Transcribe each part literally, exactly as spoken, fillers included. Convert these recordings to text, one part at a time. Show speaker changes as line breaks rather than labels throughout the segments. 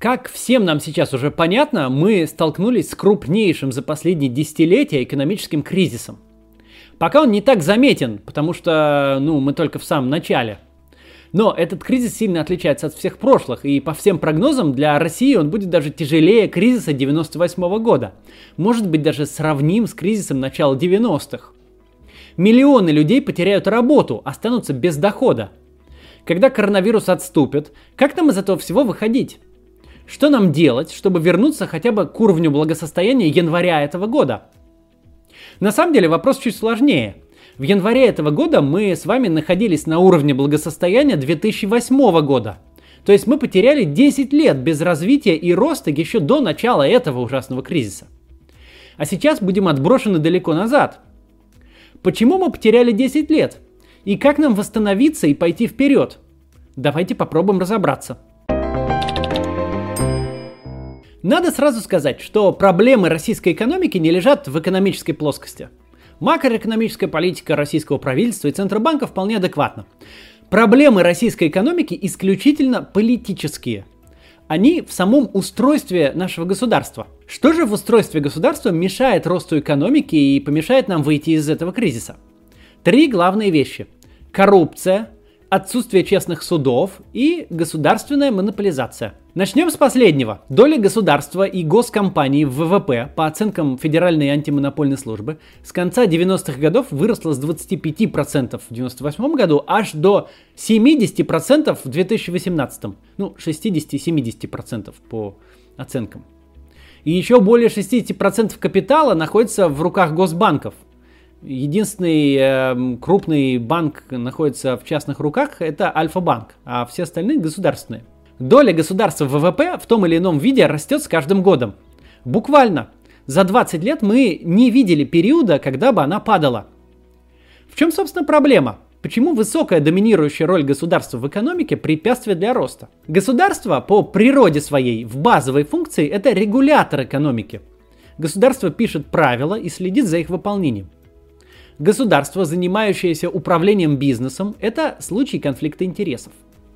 Как всем нам сейчас уже понятно, мы столкнулись с крупнейшим за последние десятилетия экономическим кризисом. Пока он не так заметен, потому что ну, мы только в самом начале. Но этот кризис сильно отличается от всех прошлых, и по всем прогнозам для России он будет даже тяжелее кризиса девяносто восьмого года. Может быть, даже сравним с кризисом начала девяностых. Миллионы людей потеряют работу, останутся без дохода. Когда коронавирус отступит, как нам из этого всего выходить? Что нам делать, чтобы вернуться хотя бы к уровню благосостояния января этого года? На самом деле вопрос чуть сложнее. В январе этого года мы с вами находились на уровне благосостояния две тысячи восьмого года. То есть мы потеряли десять лет без развития и роста еще до начала этого ужасного кризиса. А сейчас будем отброшены далеко назад. Почему мы потеряли десять лет? И как нам восстановиться и пойти вперед? Давайте попробуем разобраться. Надо сразу сказать, что проблемы российской экономики не лежат в экономической плоскости. Макроэкономическая политика российского правительства и Центробанка вполне адекватна. Проблемы российской экономики исключительно политические. Они в самом устройстве нашего государства. Что же в устройстве государства мешает росту экономики и помешает нам выйти из этого кризиса? Три главные вещи. Коррупция, отсутствие честных судов и государственная монополизация. Начнем с последнего. Доля государства и госкомпаний в ВВП, по оценкам Федеральной антимонопольной службы, с конца девяностых годов выросла с двадцати пяти процентов в девяносто восьмом году аж до семидесяти процентов в две тысячи восемнадцатом. Ну, шестидесяти-семидесяти процентов по оценкам. И еще более шестидесяти процентов капитала находится в руках госбанков. Единственный э, крупный банк находится в частных руках, это Альфа-банк, а все остальные государственные. Доля государства в ВВП в том или ином виде растет с каждым годом. Буквально. За двадцать лет мы не видели периода, когда бы она падала. В чем, собственно, проблема? Почему высокая доминирующая роль государства в экономике – препятствие для роста? Государство по природе своей в базовой функции – это регулятор экономики. Государство пишет правила и следит за их выполнением. Государство, занимающееся управлением бизнесом, это случай конфликта интересов.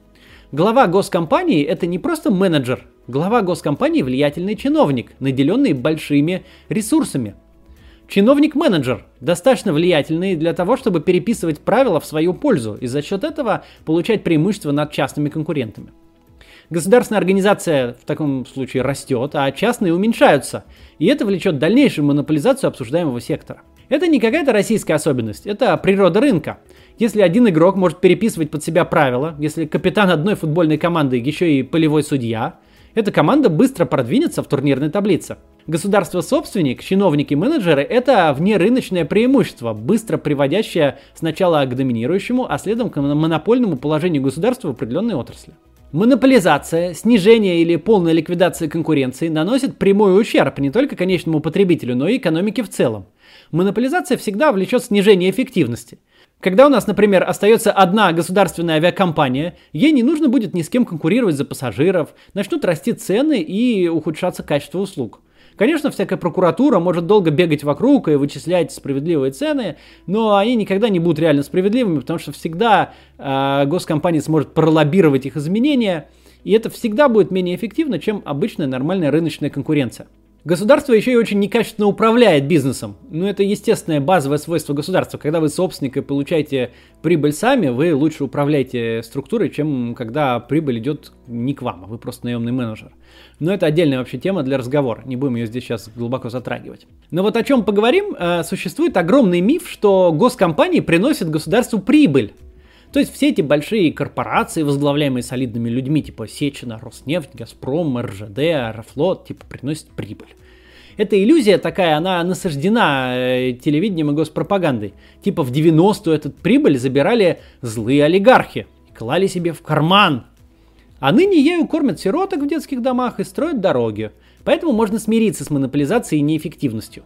Глава госкомпании – это не просто менеджер. Глава госкомпании – влиятельный чиновник, наделенный большими ресурсами. Чиновник-менеджер достаточно влиятельный для того, чтобы переписывать правила в свою пользу и за счет этого получать преимущество над частными конкурентами. Государственная организация в таком случае растет, а частные уменьшаются, и это влечет дальнейшую монополизацию обсуждаемого сектора. Это не какая-то российская особенность, это природа рынка. Если один игрок может переписывать под себя правила, если капитан одной футбольной команды еще и полевой судья, эта команда быстро продвинется в турнирной таблице. Государство-собственник, чиновники и менеджеры – это внерыночное преимущество, быстро приводящее сначала к доминирующему, а следом к монопольному положению государства в определенной отрасли. Монополизация, снижение или полная ликвидация конкуренции наносит прямой ущерб не только конечному потребителю, но и экономике в целом. Монополизация всегда влечет снижение эффективности. Когда у нас, например, остается одна государственная авиакомпания, ей не нужно будет ни с кем конкурировать за пассажиров, начнут расти цены и ухудшаться качество услуг. Конечно, всякая прокуратура может долго бегать вокруг и вычислять справедливые цены, но они никогда не будут реально справедливыми, потому что всегда э, госкомпания сможет пролоббировать их изменения, и это всегда будет менее эффективно, чем обычная нормальная рыночная конкуренция. Государство еще и очень некачественно управляет бизнесом. Ну, это естественное базовое свойство государства. Когда вы собственник и получаете прибыль сами, вы лучше управляете структурой, чем когда прибыль идет не к вам, а вы просто наемный менеджер. Но это отдельная вообще тема для разговора. Не будем ее здесь сейчас глубоко затрагивать. Но вот о чем поговорим. Существует огромный миф, что госкомпании приносят государству прибыль. То есть все эти большие корпорации, возглавляемые солидными людьми, типа Сечина, Роснефть, Газпром, эр жэ дэ, Аэрофлот, типа приносят прибыль. Эта иллюзия такая, она насаждена э, телевидением и госпропагандой. Типа в девяностые эту прибыль забирали злые олигархи и клали себе в карман. А ныне ею кормят сироток в детских домах и строят дороги. Поэтому можно смириться с монополизацией и неэффективностью.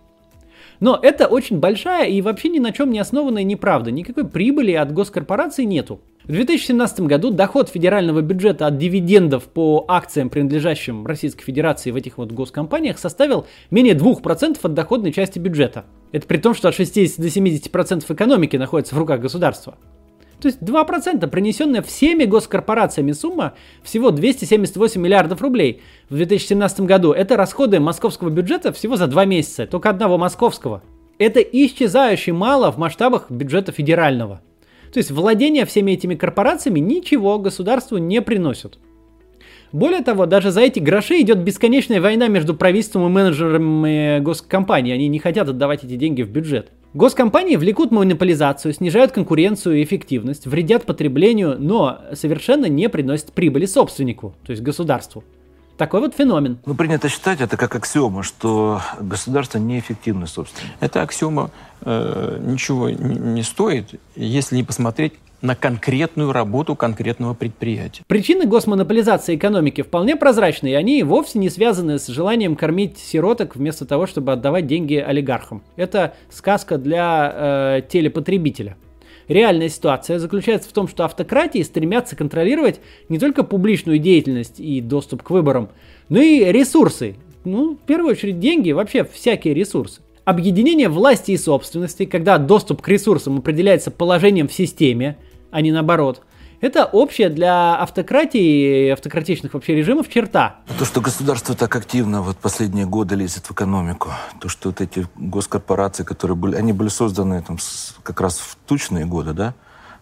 Но это очень большая и вообще ни на чем не основанная неправда. Никакой прибыли от госкорпораций нету. В две тысячи семнадцатом году доход федерального бюджета от дивидендов по акциям, принадлежащим Российской Федерации в этих вот госкомпаниях, составил менее двух процентов от доходной части бюджета. Это при том, что от шестидесяти до семидесяти процентов экономики находится в руках государства. То есть два процента, принесенная всеми госкорпорациями сумма, всего двести семьдесят восемь миллиардов рублей в две тысячи семнадцатом году. Это расходы московского бюджета всего за два месяца, только одного московского. Это исчезающе мало в масштабах бюджета федерального. То есть владение всеми этими корпорациями ничего государству не приносит. Более того, даже за эти гроши идет бесконечная война между правительством и менеджерами госкомпаний. Они не хотят отдавать эти деньги в бюджет. Госкомпании влекут монополизацию, снижают конкуренцию и эффективность, вредят потреблению, но совершенно не приносят прибыли собственнику, то есть государству. Такой вот феномен.
Ну, принято считать это как аксиома, что государство неэффективно собственно.
Эта аксиома э, ничего не, не стоит, если не посмотреть на конкретную работу конкретного предприятия.
Причины госмонополизации экономики вполне прозрачны, и они вовсе не связаны с желанием кормить сироток вместо того, чтобы отдавать деньги олигархам. Это сказка для э, телепотребителя. Реальная ситуация заключается в том, что автократии стремятся контролировать не только публичную деятельность и доступ к выборам, но и ресурсы. Ну, в первую очередь деньги, вообще всякие ресурсы. Объединение власти и собственности, когда доступ к ресурсам определяется положением в системе, а не наоборот, это общая для автократии и автократичных вообще режимов черта.
То, что государство так активно вот последние годы лезет в экономику, то, что вот эти госкорпорации, которые были, они были созданы там, как раз в тучные годы, да,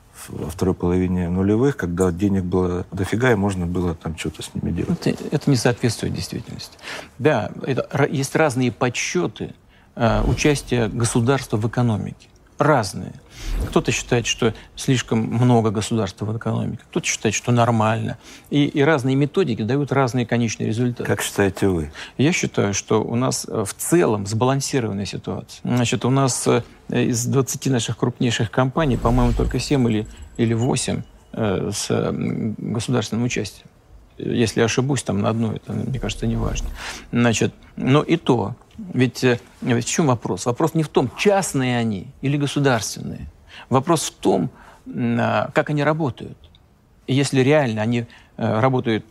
во второй половине нулевых, когда денег было дофига, и можно было там что-то с ними делать.
Это, это не соответствует действительности. Да, это, есть разные подсчеты э, участия государства в экономике. Разные. Кто-то считает, что слишком много государства в экономике, кто-то считает, что нормально. И, и разные методики дают разные конечные результаты.
Как считаете вы?
Я считаю, что у нас в целом сбалансированная ситуация. Значит, у нас из двадцати наших крупнейших компаний, по-моему, только семь или, или восемь э, с государственным участием. Если я ошибусь, там на одну, это, мне кажется, не важно. Значит, но и то. Ведь, ведь в чем вопрос? Вопрос не в том, частные они или государственные. Вопрос в том, как они работают. И если реально они работают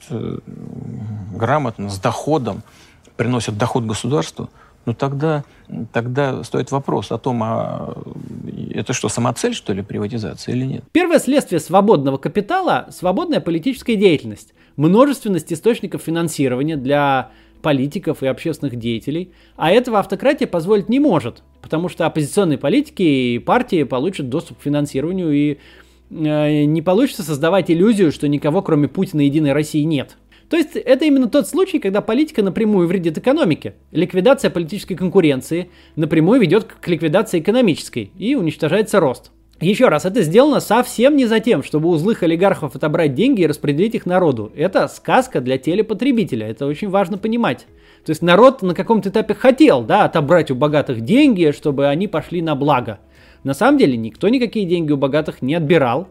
грамотно, с доходом, приносят доход государству, ну тогда, тогда стоит вопрос о том, а это что, самоцель, что ли, приватизация или нет?
Первое следствие свободного капитала – свободная политическая деятельность, множественность источников финансирования для политиков и общественных деятелей, а этого автократия позволить не может, потому что оппозиционные политики и партии получат доступ к финансированию, и э, не получится создавать иллюзию, что никого, кроме Путина и Единой России, нет. То есть это именно тот случай, когда политика напрямую вредит экономике. Ликвидация политической конкуренции напрямую ведет к ликвидации экономической, и уничтожается рост. Еще раз, это сделано совсем не за тем, чтобы у злых олигархов отобрать деньги и распределить их народу. Это сказка для телепотребителя, это очень важно понимать. То есть народ на каком-то этапе хотел, да, отобрать у богатых деньги, чтобы они пошли на благо. На самом деле никто никакие деньги у богатых не отбирал,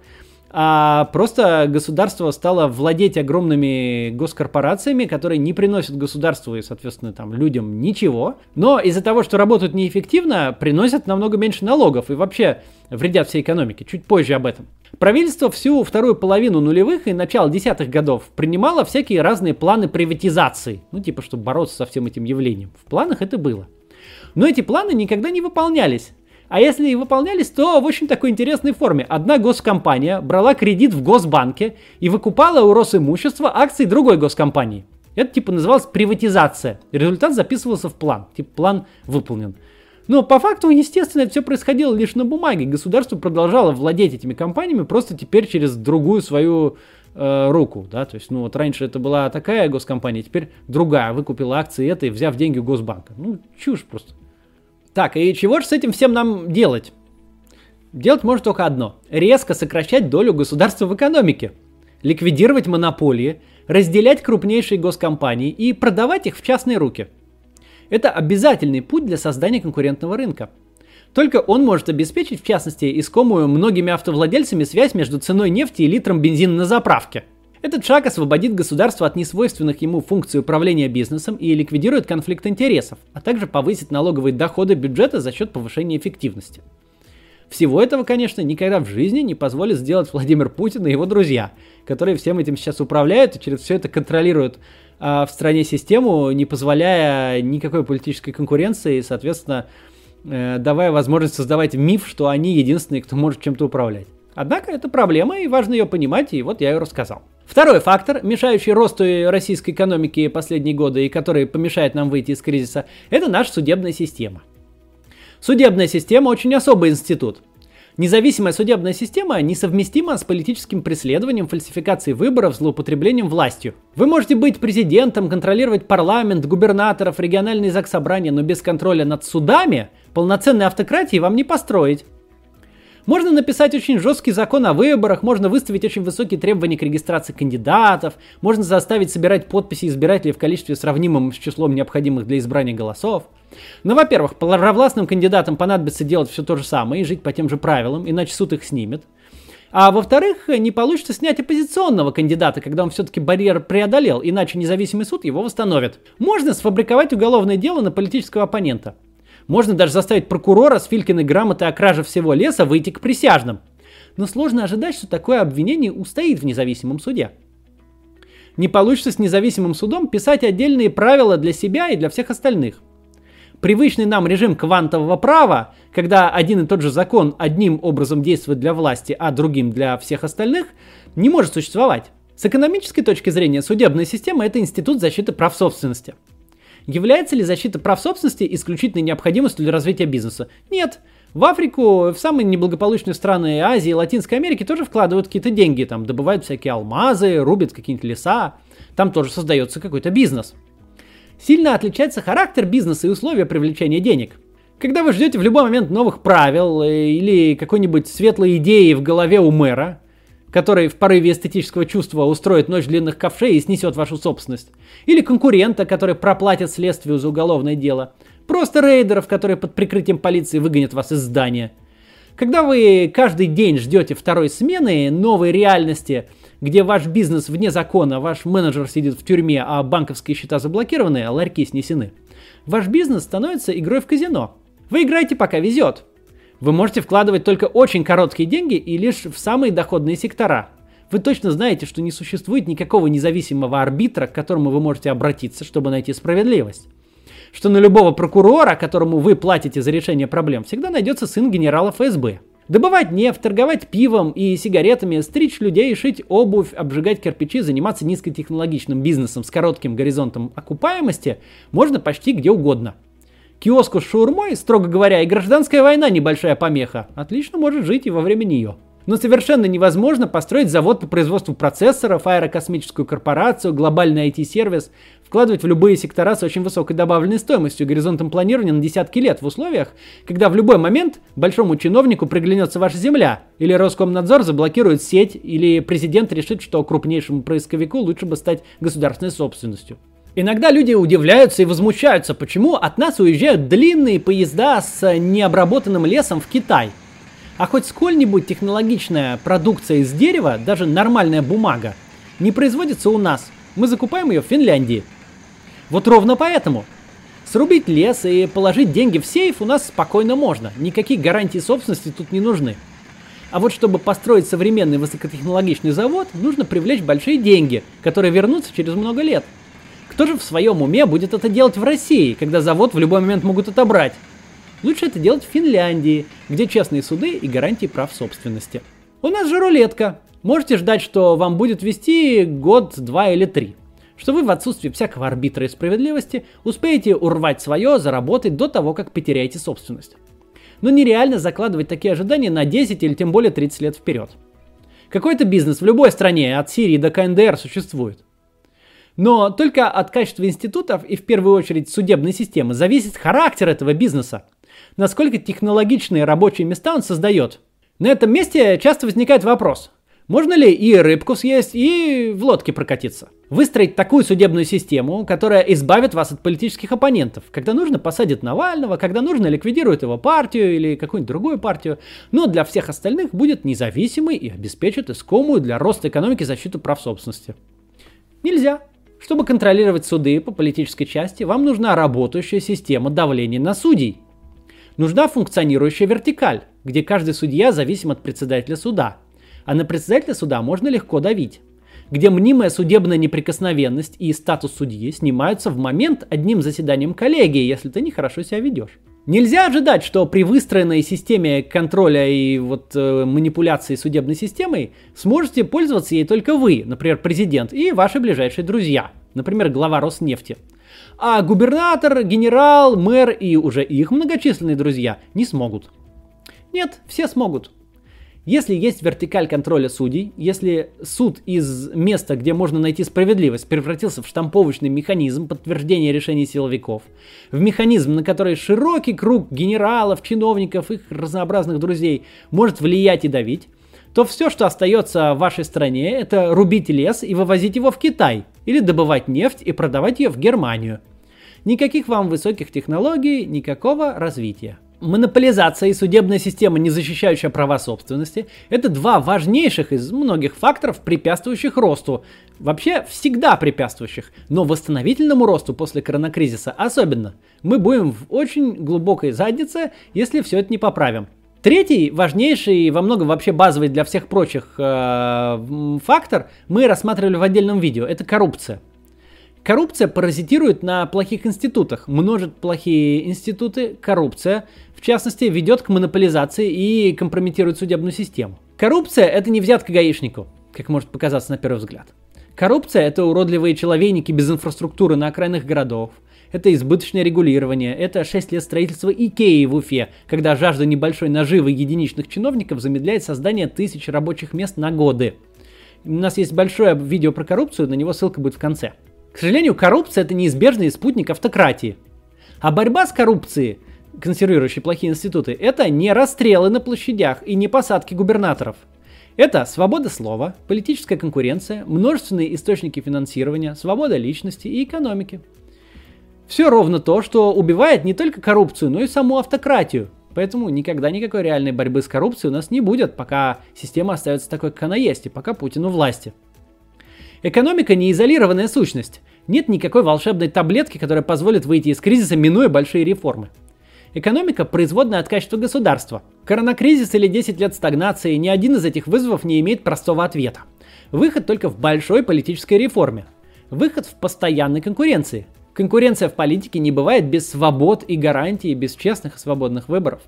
а просто государство стало владеть огромными госкорпорациями, которые не приносят государству и, соответственно, там, людям ничего, но из-за того, что работают неэффективно, приносят намного меньше налогов и вообще вредят всей экономике. Чуть позже об этом. Правительство всю вторую половину нулевых и начало десятых годов принимало всякие разные планы приватизации, ну типа, чтобы бороться со всем этим явлением. В планах это было. Но эти планы никогда не выполнялись. А если и выполнялись, то в очень такой интересной форме. Одна госкомпания брала кредит в Госбанке и выкупала у Росимущества акции другой госкомпании. Это типа называлось приватизация. Результат записывался в план. Типа план выполнен. Но по факту, естественно, это все происходило лишь на бумаге. Государство продолжало владеть этими компаниями просто теперь через другую свою э, руку. Да? То есть, ну вот раньше это была такая госкомпания, теперь другая выкупила акции этой, взяв деньги у Госбанка. Ну, чушь просто. Так, и чего же с этим всем нам делать? Делать можно только одно. Резко сокращать долю государства в экономике. Ликвидировать монополии, разделять крупнейшие госкомпании и продавать их в частные руки. Это обязательный путь для создания конкурентного рынка. Только он может обеспечить, в частности, искомую многими автовладельцами связь между ценой нефти и литром бензина на заправке. Этот шаг освободит государство от несвойственных ему функций управления бизнесом и ликвидирует конфликт интересов, а также повысит налоговые доходы бюджета за счет повышения эффективности. Всего этого, конечно, никогда в жизни не позволит сделать Владимир Путин и его друзья, которые всем этим сейчас управляют и через все это контролируют а, в стране систему, не позволяя никакой политической конкуренции и, соответственно, э, давая возможность создавать миф, что они единственные, кто может чем-то управлять. Однако это проблема, и важно ее понимать, и вот я ее рассказал. Второй фактор, мешающий росту российской экономики последние годы и который помешает нам выйти из кризиса, это наша судебная система. Судебная система очень особый институт. Независимая судебная система несовместима с политическим преследованием, фальсификацией выборов, злоупотреблением властью. Вы можете быть президентом, контролировать парламент, губернаторов, региональные заксобрания, но без контроля над судами полноценной автократии вам не построить. Можно написать очень жесткий закон о выборах, можно выставить очень высокие требования к регистрации кандидатов, можно заставить собирать подписи избирателей в количестве сравнимом с числом необходимых для избрания голосов. Но, во-первых, провластным кандидатам понадобится делать все то же самое и жить по тем же правилам, иначе суд их снимет. А во-вторых, не получится снять оппозиционного кандидата, когда он все-таки барьер преодолел, иначе независимый суд его восстановит. Можно сфабриковать уголовное дело на политического оппонента. Можно даже заставить прокурора с Филькиной грамотой о краже всего леса выйти к присяжным. Но сложно ожидать, что такое обвинение устоит в независимом суде. Не получится с независимым судом писать отдельные правила для себя и для всех остальных. Привычный нам режим квантового права, когда один и тот же закон одним образом действует для власти, а другим для всех остальных, не может существовать. С экономической точки зрения судебная система – это институт защиты прав собственности. Является ли защита прав собственности исключительной необходимостью для развития бизнеса? Нет. В Африку, в самые неблагополучные страны Азии и Латинской Америки тоже вкладывают какие-то деньги, там добывают всякие алмазы, рубят какие-нибудь леса, там тоже создается какой-то бизнес. Сильно отличается характер бизнеса и условия привлечения денег. Когда вы ждете в любой момент новых правил или какой-нибудь светлой идеи в голове у мэра, который в порыве эстетического чувства устроит ночь длинных ковшей и снесет вашу собственность, или конкурента, который проплатит следствию за уголовное дело, просто рейдеров, которые под прикрытием полиции выгонят вас из здания. Когда вы каждый день ждете второй смены, новой реальности, где ваш бизнес вне закона, ваш менеджер сидит в тюрьме, а банковские счета заблокированы, а ларьки снесены, ваш бизнес становится игрой в казино. Вы играете, пока везет. Вы можете вкладывать только очень короткие деньги и лишь в самые доходные сектора. Вы точно знаете, что не существует никакого независимого арбитра, к которому вы можете обратиться, чтобы найти справедливость. Что на любого прокурора, которому вы платите за решение проблем, всегда найдется сын генерала эф эс бэ. Добывать нефть, торговать пивом и сигаретами, стричь людей, шить обувь, обжигать кирпичи, заниматься низкотехнологичным бизнесом с коротким горизонтом окупаемости можно почти где угодно. Киоску с шаурмой, строго говоря, и гражданская война небольшая помеха. Отлично может жить и во время нее. Но совершенно невозможно построить завод по производству процессоров, аэрокосмическую корпорацию, глобальный ай ти-сервис, вкладывать в любые сектора с очень высокой добавленной стоимостью и горизонтом планирования на десятки лет в условиях, когда в любой момент большому чиновнику приглянется ваша земля, или Роскомнадзор заблокирует сеть, или президент решит, что крупнейшему поисковику лучше бы стать государственной собственностью. Иногда люди удивляются и возмущаются, почему от нас уезжают длинные поезда с необработанным лесом в Китай. А хоть сколь-нибудь технологичная продукция из дерева, даже нормальная бумага, не производится у нас. Мы закупаем ее в Финляндии. Вот ровно поэтому. Срубить лес и положить деньги в сейф у нас спокойно можно. Никакие гарантии собственности тут не нужны. А вот чтобы построить современный высокотехнологичный завод, нужно привлечь большие деньги, которые вернутся через много лет. Кто же в своем уме будет это делать в России, когда завод в любой момент могут отобрать? Лучше это делать в Финляндии, где честные суды и гарантии прав собственности. У нас же рулетка. Можете ждать, что вам будет вести год, два или три. Что вы в отсутствии всякого арбитра и справедливости успеете урвать свое, заработать до того, как потеряете собственность. Но нереально закладывать такие ожидания на десять или тем более тридцать лет вперед. Какой-то бизнес в любой стране, от Сирии до ка эн дэ эр, существует. Но только от качества институтов и в первую очередь судебной системы зависит характер этого бизнеса. Насколько технологичные рабочие места он создает. На этом месте часто возникает вопрос. Можно ли и рыбку съесть, и в лодке прокатиться? Выстроить такую судебную систему, которая избавит вас от политических оппонентов. Когда нужно, посадит Навального, когда нужно, ликвидирует его партию или какую-нибудь другую партию. Но для всех остальных будет независимой и обеспечит искомую для роста экономики защиту прав собственности. Нельзя. Чтобы контролировать суды по политической части, вам нужна работающая система давления на судей. Нужна функционирующая вертикаль, где каждый судья зависим от председателя суда. А на председателя суда можно легко давить. Где мнимая судебная неприкосновенность и статус судьи снимаются в момент одним заседанием коллегии, если ты нехорошо себя ведешь. Нельзя ожидать, что при выстроенной системе контроля и вот э, манипуляции судебной системой сможете пользоваться ей только вы, например, президент, и ваши ближайшие друзья, например, глава Роснефти. А губернатор, генерал, мэр и уже их многочисленные друзья не смогут. Нет, все смогут. Если есть вертикаль контроля судей, если суд из места, где можно найти справедливость, превратился в штамповочный механизм подтверждения решений силовиков, в механизм, на который широкий круг генералов, чиновников, их разнообразных друзей может влиять и давить, то все, что остается в вашей стране, это рубить лес и вывозить его в Китай, или добывать нефть и продавать ее в Германию. Никаких вам высоких технологий, никакого развития. Монополизация и судебная система, не защищающая права собственности, это два важнейших из многих факторов, препятствующих росту. Вообще всегда препятствующих, но восстановительному росту после коронакризиса особенно. Мы будем в очень глубокой заднице, если все это не поправим. Третий, важнейший и во многом вообще базовый для всех прочих э, фактор мы рассматривали в отдельном видео. Это коррупция. Коррупция паразитирует на плохих институтах, множит плохие институты, коррупция, в частности, ведет к монополизации и компрометирует судебную систему. Коррупция – это не взятка гаишнику, как может показаться на первый взгляд. Коррупция – это уродливые человейники без инфраструктуры на окраинах городов, это избыточное регулирование, это шесть лет строительства Икеи в Уфе, когда жажда небольшой наживы единичных чиновников замедляет создание тысяч рабочих мест на годы. У нас есть большое видео про коррупцию, на него ссылка будет в конце. К сожалению, коррупция – это неизбежный спутник автократии. А борьба с коррупцией, консервирующей плохие институты, это не расстрелы на площадях и не посадки губернаторов. Это свобода слова, политическая конкуренция, множественные источники финансирования, свобода личности и экономики. Все ровно то, что убивает не только коррупцию, но и саму автократию. Поэтому никогда никакой реальной борьбы с коррупцией у нас не будет, пока система остается такой, как она есть, и пока Путин у власти. Экономика не изолированная сущность. Нет никакой волшебной таблетки, которая позволит выйти из кризиса, минуя большие реформы. Экономика – производная от качества государства. Коронакризис или десять лет стагнации, ни один из этих вызовов не имеет простого ответа. Выход только в большой политической реформе. Выход в постоянной конкуренции. Конкуренция в политике не бывает без свобод и гарантий, без честных и свободных выборов.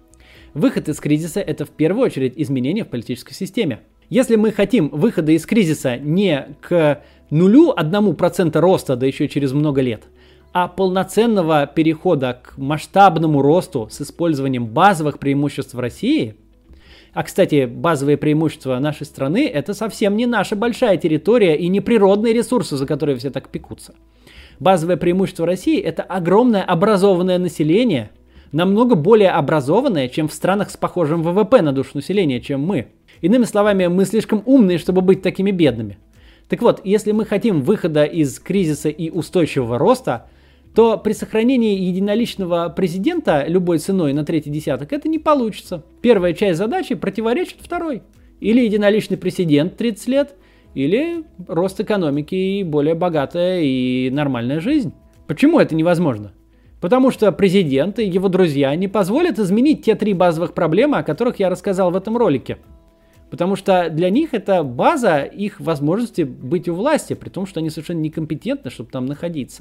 Выход из кризиса – это в первую очередь изменения в политической системе. Если мы хотим выхода из кризиса не к нулю одному проценту роста, да еще через много лет, а полноценного перехода к масштабному росту с использованием базовых преимуществ России, а, кстати, базовые преимущества нашей страны – это совсем не наша большая территория и не природные ресурсы, за которые все так пекутся. Базовое преимущество России – это огромное образованное население, намного более образованное, чем в странах с похожим вэ вэ пэ на душу населения, чем мы. Иными словами, мы слишком умные, чтобы быть такими бедными. Так вот, если мы хотим выхода из кризиса и устойчивого роста, то при сохранении единоличного президента любой ценой на третий десяток это не получится. Первая часть задачи противоречит второй. Или единоличный президент тридцать лет, или рост экономики и более богатая и нормальная жизнь. Почему это невозможно? Потому что президент и его друзья не позволят изменить те три базовых проблемы, о которых я рассказал в этом ролике. Потому что для них это база их возможности быть у власти, при том, что они совершенно некомпетентны, чтобы там находиться.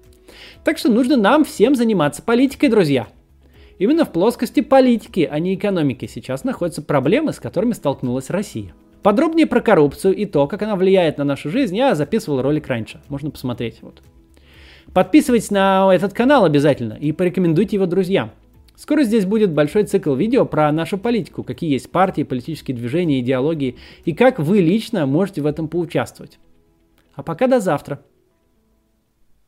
Так что нужно нам всем заниматься политикой, друзья. Именно в плоскости политики, а не экономики, сейчас находятся проблемы, с которыми столкнулась Россия. Подробнее про коррупцию и то, как она влияет на нашу жизнь, я записывал ролик раньше. Можно посмотреть. Вот. Подписывайтесь на этот канал обязательно и порекомендуйте его друзьям. Скоро здесь будет большой цикл видео про нашу политику, какие есть партии, политические движения, идеологии и как вы лично можете в этом поучаствовать. А пока до завтра.